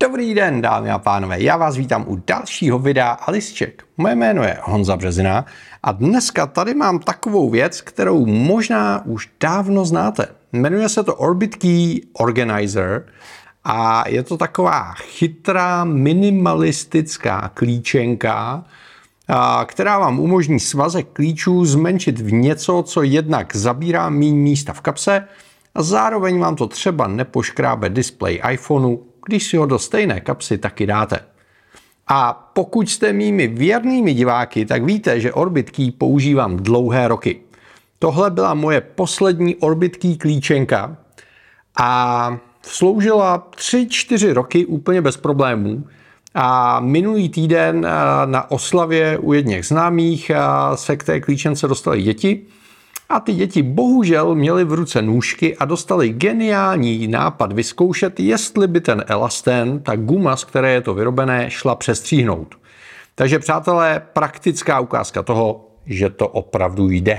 Dobrý den, dámy a pánové, já vás vítám u dalšího videa Alisček. Moje jméno je Honza Březina a dneska tady mám takovou věc, kterou možná už dávno znáte. Jmenuje se to Orbit Key Organizer a je to taková chytrá minimalistická klíčenka, která vám umožní svazek klíčů zmenšit v něco, co jednak zabírá méně místa v kapse a zároveň vám to třeba nepoškrábe displej iPhoneu, když si ho do stejné kapsy taky dáte. A pokud jste mými věrnými diváky, tak víte, že Orbit Key používám dlouhé roky. Tohle byla moje poslední Orbit Key klíčenka a sloužila 3-4 roky úplně bez problémů. A minulý týden na oslavě u jedněch známých se k té klíčence dostaly děti. A ty děti bohužel měly v ruce nůžky a dostali geniální nápad vyzkoušet, jestli by ten elastén, ta guma, z které je to vyrobené, šla přestříhnout. Takže přátelé, praktická ukázka toho, že to opravdu jde.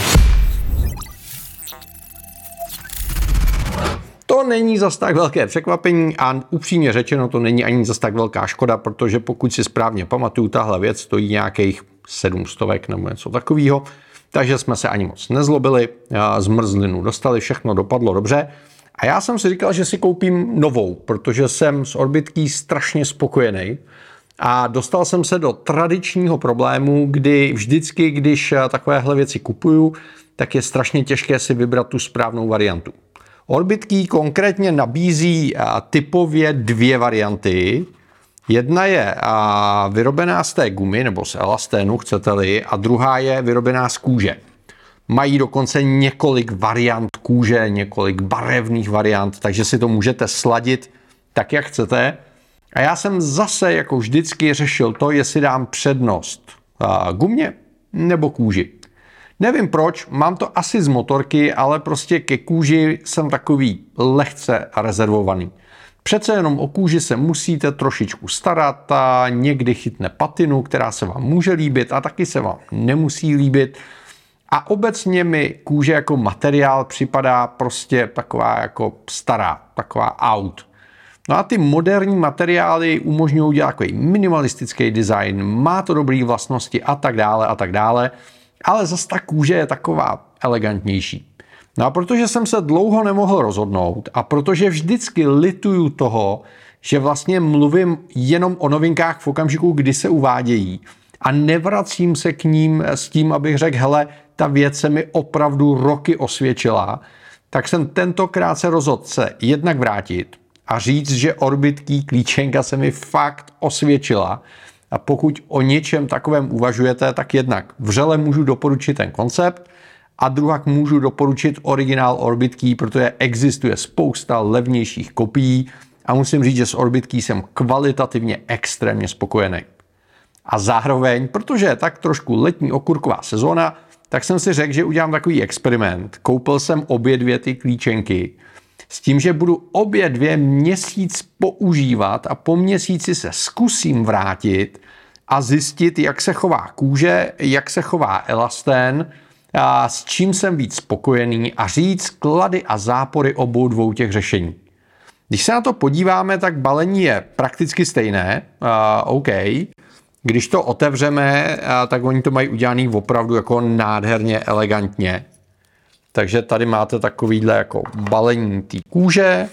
To není zas tak velké překvapení a upřímně řečeno to není ani zas tak velká škoda, protože pokud si správně pamatuju, tahle věc stojí nějakých 700 nebo něco takového. Takže jsme se ani moc nezlobili, zmrzlinu dostali, všechno dopadlo dobře. A já jsem si říkal, že si koupím novou, protože jsem s Orbit Key strašně spokojený. A dostal jsem se do tradičního problému, kdy vždycky, když takovéhle věci kupuju, tak je strašně těžké si vybrat tu správnou variantu. Orbit Key konkrétně nabízí typově dvě varianty. Jedna je vyrobená z té gumy nebo z elasténu, chcete-li, a druhá je vyrobená z kůže. Mají dokonce několik variant kůže, několik barevných variant, takže si to můžete sladit tak, jak chcete. A já jsem zase, jako vždycky, řešil to, jestli dám přednost gumě nebo kůži. Nevím proč, mám to asi z motorky, ale prostě ke kůži jsem takový lehce rezervovaný. Přece jenom o kůži se musíte trošičku starat a někdy chytne patinu, která se vám může líbit a taky se vám nemusí líbit. A obecně mi kůže jako materiál připadá prostě taková jako stará, taková out. No a ty moderní materiály umožňují dělat takový minimalistický design, má to dobré vlastnosti a tak dále, ale zase ta kůže je taková elegantnější. No a protože jsem se dlouho nemohl rozhodnout a protože vždycky lituju toho, že vlastně mluvím jenom o novinkách v okamžiku, kdy se uvádějí a nevracím se k ním s tím, abych řekl, hele, ta věc se mi opravdu roky osvědčila, tak jsem tentokrát se rozhodl se jednak vrátit a říct, že Orbit Key klíčenka se mi fakt osvědčila. A pokud o něčem takovém uvažujete, tak jednak vřele můžu doporučit ten koncept, a druhak můžu doporučit originál Orbit Key, protože existuje spousta levnějších kopií a musím říct, že s Orbit Key jsem kvalitativně extrémně spokojený. A zároveň, protože je tak trošku letní okurková sezóna, tak jsem si řekl, že udělám takový experiment. Koupil jsem obě dvě ty klíčenky s tím, že budu obě dvě měsíc používat a po měsíci se zkusím vrátit a zjistit, jak se chová kůže, jak se chová elastén, a s čím jsem víc spokojený a říct klady a zápory obou dvou těch řešení. Když se na to podíváme, tak balení je prakticky stejné, OK. Když to otevřeme, tak oni to mají udělaný opravdu jako nádherně, elegantně. Takže tady máte takovýhle jako balení té kůže,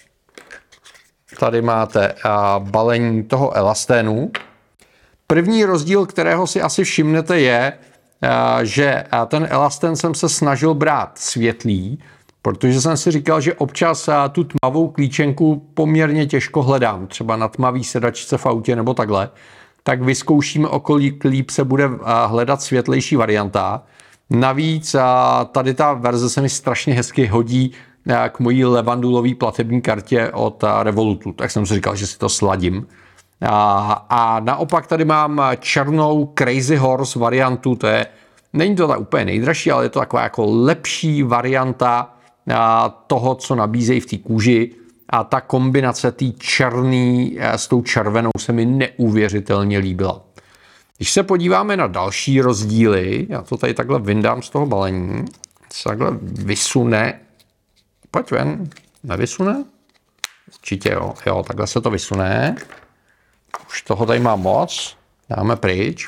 tady máte balení toho elasténu. První rozdíl, kterého si asi všimnete, je, že ten elastén jsem se snažil brát světlý, protože jsem si říkal, že občas tu tmavou klíčenku poměrně těžko hledám, třeba na tmavý sedačce v autě nebo takhle, tak vyzkoušíme, o kolik líp se bude hledat světlejší varianta. Navíc tady ta verze se mi strašně hezky hodí k mojí levandulové platební kartě od Revolutu, tak jsem si říkal, že si to sladím. A naopak tady mám černou Crazy Horse variantu, není to tak úplně nejdražší, ale je to taková jako lepší varianta toho, co nabízejí v té kůži. A ta kombinace té černý s tou červenou se mi neuvěřitelně líbila. Když se podíváme na další rozdíly, já to tady takhle vyndám z toho balení, se takhle vysune, pojď ven, nevysune, Určitě jo. Jo, takhle se to vysune. Už toho tady mám moc. Dáme pryč.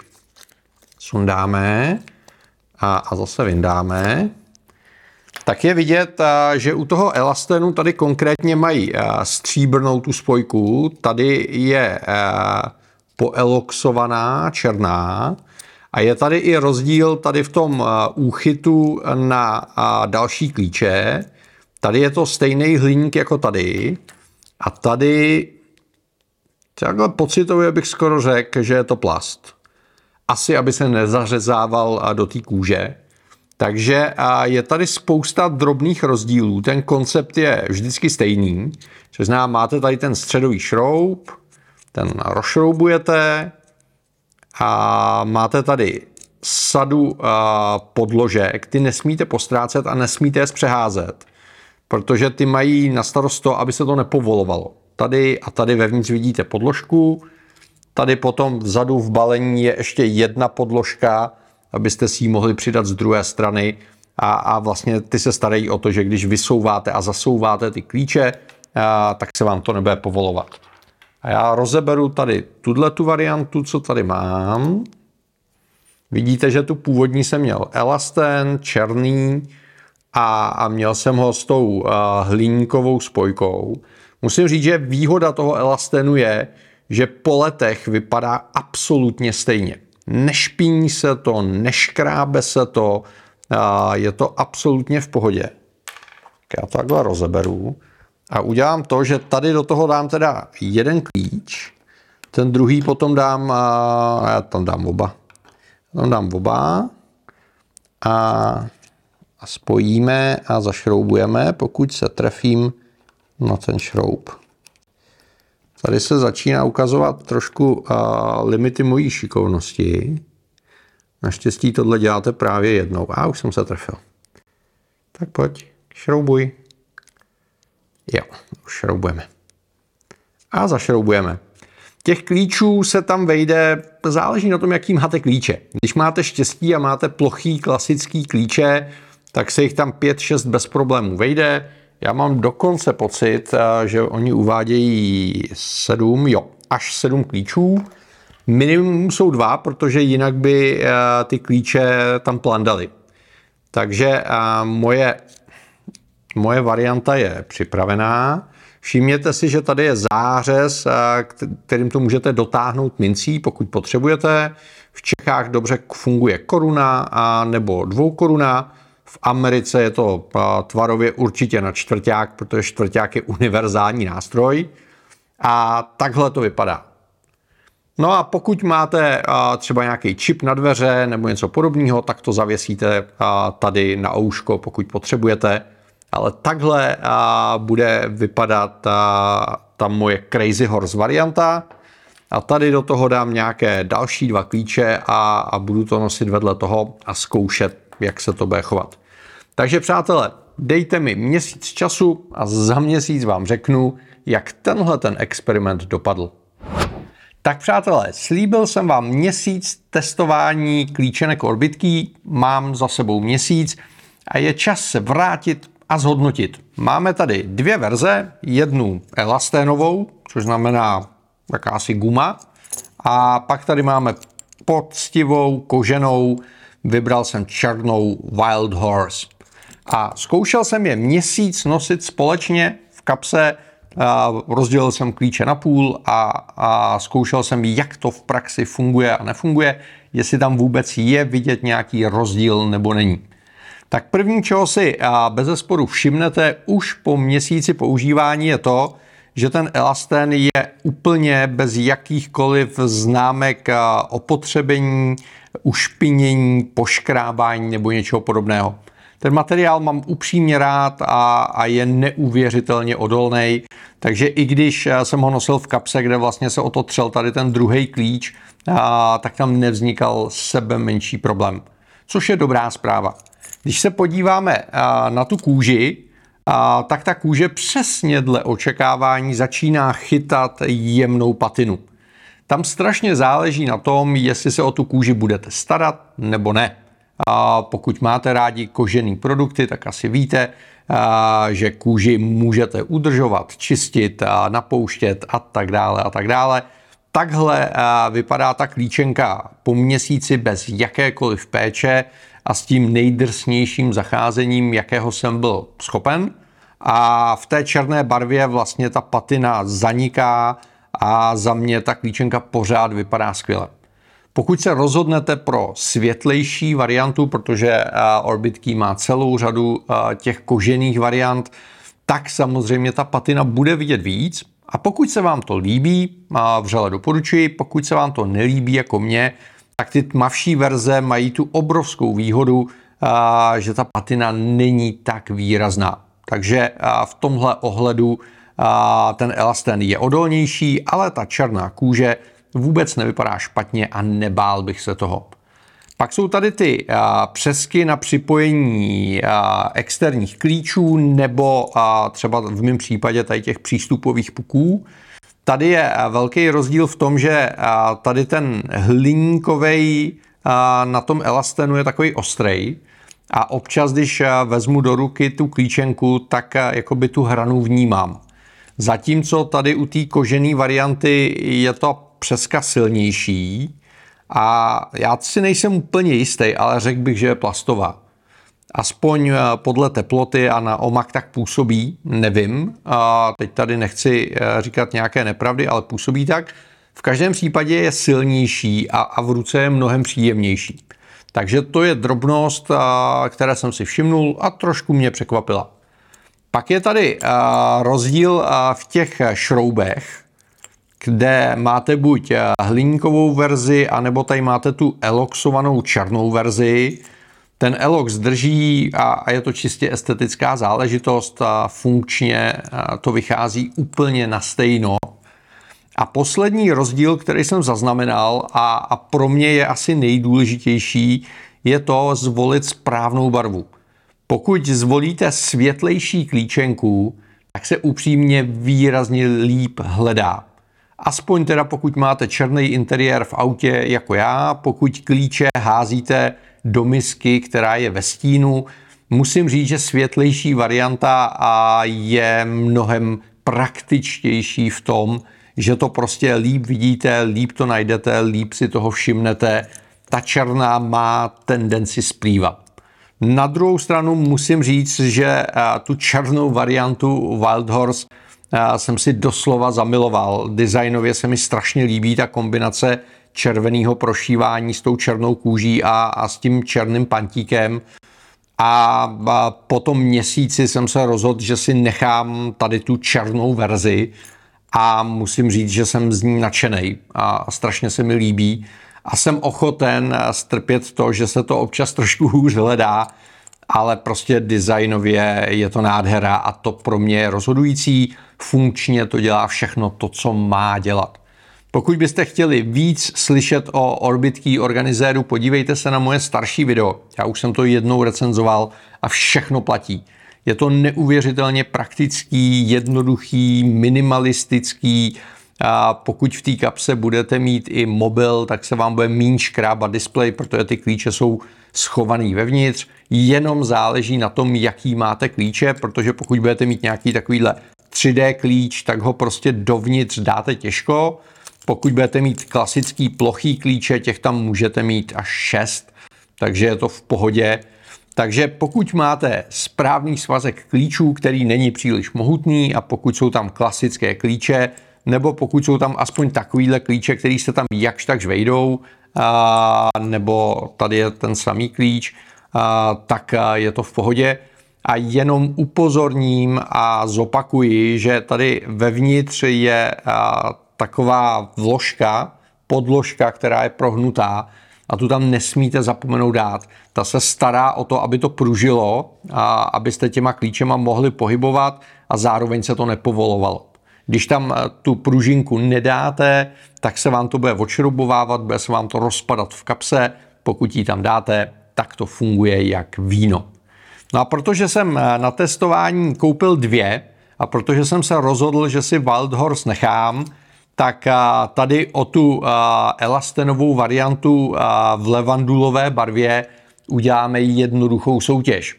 Sundáme. A zase vyndáme. Tak je vidět, že u toho elastenu tady konkrétně mají stříbrnou tu spojku. Tady je poeloxovaná černá. A je tady i rozdíl tady v tom úchytu na další klíče. Tady je to stejný hliník jako tady. A tady takhle pocitově bych skoro řekl, že je to plast. Asi, aby se nezařezával do té kůže. Takže je tady spousta drobných rozdílů. Ten koncept je vždycky stejný. Což znamená, máte tady ten středový šroub, ten rozšroubujete a máte tady sadu podložek. Ty nesmíte postrácet a nesmíte je zpřeházet, protože ty mají na starost to, aby se to nepovolovalo. Tady a tady vevnitř vidíte podložku. Tady potom vzadu v balení je ještě jedna podložka, abyste si ji mohli přidat z druhé strany a vlastně ty se starají o to, že když vysouváte a zasouváte ty klíče, tak se vám to nebude povolovat. A já rozeberu tady tu variantu, co tady mám. Vidíte, že tu původní jsem měl elasten, černý a měl jsem ho s tou hliníkovou spojkou. Musím říct, že výhoda toho elastenu je, že po letech vypadá absolutně stejně. Nešpiní se to, neškrábe se to, je to absolutně v pohodě. Já to takhle rozeberu a udělám to, že tady do toho dám teda jeden klíč, ten druhý potom dám, já tam dám oba. Tam dám oba a spojíme a zašroubujeme, pokud se trefím na ten šroub. Tady se začíná ukazovat trošku limity mojí šikovnosti. Naštěstí tohle děláte právě jednou. A už jsem se trefil. Tak pojď, šroubuj. Jo, už šroubujeme. A zašroubujeme. Těch klíčů se tam vejde, záleží na tom, jaký máte klíče. Když máte štěstí a máte plochý klasický klíče, tak se jich tam 5-6 bez problémů vejde. Já mám dokonce pocit, že oni uvádějí 7, až 7 klíčů. Minimum jsou 2, protože jinak by ty klíče tam plandaly. Takže moje varianta je připravená. Všimněte si, že tady je zářez, kterým to můžete dotáhnout mincí, pokud potřebujete. V Čechách dobře funguje koruna nebo 2 koruna. V Americe je to tvarově určitě na čtvrťák, protože čtvrťák je univerzální nástroj. A takhle to vypadá. No a pokud máte třeba nějaký čip na dveře nebo něco podobného, tak to zavěsíte tady na ouško, pokud potřebujete. Ale takhle bude vypadat ta moje Crazy Horse varianta. A tady do toho dám nějaké další 2 klíče a budu to nosit vedle toho a zkoušet, jak se to bude chovat. Takže přátelé, dejte mi měsíc času a za měsíc vám řeknu, jak tenhle ten experiment dopadl. Tak přátelé, slíbil jsem vám měsíc testování klíčenek Orbit-Key, mám za sebou měsíc a je čas se vrátit a zhodnotit. Máme tady 2 verze, jednu elasténovou, což znamená jakási guma, a pak tady máme poctivou, koženou, vybral jsem černou Wild Horse. A zkoušel jsem je měsíc nosit společně v kapse, rozdělil jsem klíče na půl a zkoušel jsem, jak to v praxi funguje a nefunguje, jestli tam vůbec je vidět nějaký rozdíl nebo není. Tak první, čeho si bezesporu všimnete už po měsíci používání, je to, že ten elastén je úplně bez jakýchkoliv známek opotřebení, ušpinění, poškrábání nebo něčeho podobného. Ten materiál mám upřímně rád a je neuvěřitelně odolný, takže i když jsem ho nosil v kapse, kde vlastně se o to třel tady ten druhý klíč, tak tam nevznikal sebe menší problém, což je dobrá zpráva. Když se podíváme na tu kůži, tak ta kůže přesně dle očekávání začíná chytat jemnou patinu. Tam strašně záleží na tom, jestli se o tu kůži budete starat nebo ne. A pokud máte rádi kožený produkty, tak asi víte, že kůži můžete udržovat, čistit, napouštět a tak dále a tak dále. Takhle vypadá ta klíčenka po měsíci bez jakékoliv péče a s tím nejdrsnějším zacházením, jakého jsem byl schopen. A v té černé barvě vlastně ta patina zaniká a za mě ta klíčenka pořád vypadá skvěle. Pokud se rozhodnete pro světlejší variantu, protože Orbit Key má celou řadu těch kožených variant, tak samozřejmě ta patina bude vidět víc. A pokud se vám to líbí, vřele doporučuji, pokud se vám to nelíbí jako mě, tak ty tmavší verze mají tu obrovskou výhodu, že ta patina není tak výrazná. Takže v tomhle ohledu ten elasten je odolnější, ale ta černá kůže vůbec nevypadá špatně a nebál bych se toho. Pak jsou tady ty přesky na připojení externích klíčů nebo třeba v mém případě tady těch přístupových puků. Tady je velký rozdíl v tom, že tady ten hliníkovej na tom elastenu je takový ostrej a občas, když vezmu do ruky tu klíčenku, tak jakoby tu hranu vnímám. Zatímco tady u té kožené varianty je to přeska silnější a já si nejsem úplně jistý, ale řekl bych, že je plastová. Aspoň podle teploty a na omak tak působí, nevím. Teď tady nechci říkat nějaké nepravdy, ale působí tak. V každém případě je silnější a v ruce je mnohem příjemnější. Takže to je drobnost, které jsem si všimnul a trošku mě překvapila. Pak je tady rozdíl v těch šroubech, kde máte buď hliníkovou verzi, anebo tady máte tu eloxovanou černou verzi. Ten elox drží a je to čistě estetická záležitost a funkčně to vychází úplně na stejno. A poslední rozdíl, který jsem zaznamenal a pro mě je asi nejdůležitější, je to zvolit správnou barvu. Pokud zvolíte světlejší klíčenku, tak se upřímně výrazně líp hledá. Aspoň teda pokud máte černý interiér v autě jako já, pokud klíče házíte do misky, která je ve stínu, musím říct, že světlejší varianta je mnohem praktičtější v tom, že to prostě líp vidíte, líp to najdete, líp si toho všimnete. Ta černá má tendenci splývat. Na druhou stranu musím říct, že tu černou variantu Wild Horse jsem si doslova zamiloval. Designově se mi strašně líbí ta kombinace červeného prošívání s tou černou kůží a s tím černým pantíkem. A po tom měsíci jsem se rozhodl, že si nechám tady tu černou verzi a musím říct, že jsem z ní nadšenej a strašně se mi líbí. A jsem ochoten strpět to, že se to občas trošku hůř hledá, ale prostě designově je to nádhera a to pro mě je rozhodující. Funkčně to dělá všechno to, co má dělat. Pokud byste chtěli víc slyšet o Orbit Key organizéru, podívejte se na moje starší video. Já už jsem to jednou recenzoval a všechno platí. Je to neuvěřitelně praktický, jednoduchý, minimalistický. A pokud v té kapse budete mít i mobil, tak se vám bude míň škrábat displej, protože ty klíče jsou schovaný vevnitř. Jenom záleží na tom, jaký máte klíče, protože pokud budete mít nějaký takovýhle 3D klíč, tak ho prostě dovnitř dáte těžko. Pokud budete mít klasický plochý klíče, těch tam můžete mít až 6, takže je to v pohodě. Takže pokud máte správný svazek klíčů, který není příliš mohutný a pokud jsou tam klasické klíče, nebo pokud jsou tam aspoň takovýhle klíče, který se tam jakž takž vejdou, nebo tady je ten samý klíč, tak je to v pohodě. A jenom upozorním a zopakuji, že tady vevnitř je taková vložka, podložka, která je prohnutá a tu tam nesmíte zapomenout dát. Ta se stará o to, aby to pružilo a abyste těma klíčema mohli pohybovat a zároveň se to nepovolovalo. Když tam tu pružinku nedáte, tak se vám to bude odšroubovávat, bude se vám to rozpadat v kapse. Pokud ji tam dáte, tak to funguje jak víno. No a protože jsem na testování koupil 2 a protože jsem se rozhodl, že si Wild Horse nechám, tak tady o tu elastenovou variantu v levandulové barvě uděláme jednoduchou soutěž.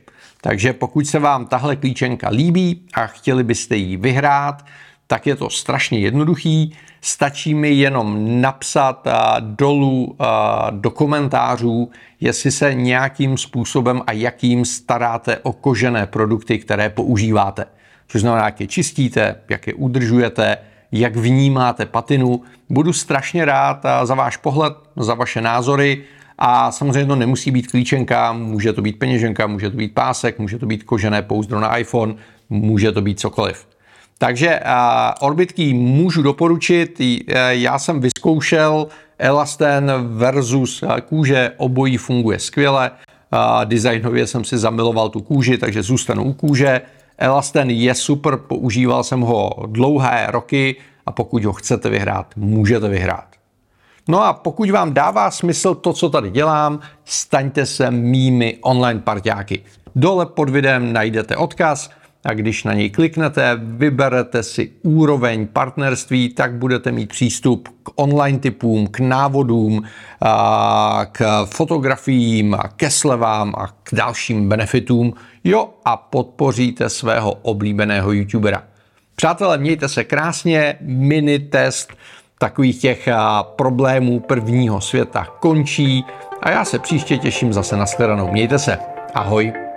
Takže pokud se vám tahle klíčenka líbí a chtěli byste ji vyhrát, tak je to strašně jednoduchý. Stačí mi jenom napsat dolů do komentářů, jestli se nějakým způsobem a jakým staráte o kožené produkty, které používáte. Což znamená, jak je čistíte, jak je udržujete, jak vnímáte patinu. Budu strašně rád za váš pohled, za vaše názory. A samozřejmě to nemusí být klíčenka, může to být peněženka, může to být pásek, může to být kožené pouzdro na iPhone, může to být cokoliv. Takže Orbit-Key můžu doporučit, já jsem vyzkoušel Elasten versus kůže, obojí funguje skvěle, designově jsem si zamiloval tu kůži, takže zůstanu u kůže. Elasten je super, používal jsem ho dlouhé roky a pokud ho chcete vyhrát, můžete vyhrát. No a pokud vám dává smysl to, co tady dělám, staňte se mými online parťáky. Dole pod videem najdete odkaz a když na něj kliknete, vyberete si úroveň partnerství, tak budete mít přístup k online tipům, k návodům, k fotografiím, ke slevám a k dalším benefitům. Jo, a podpoříte svého oblíbeného youtubera. Přátelé, mějte se krásně, mini test takových těch problémů prvního světa končí a já se příště těším zase na shledanou. Mějte se. Ahoj.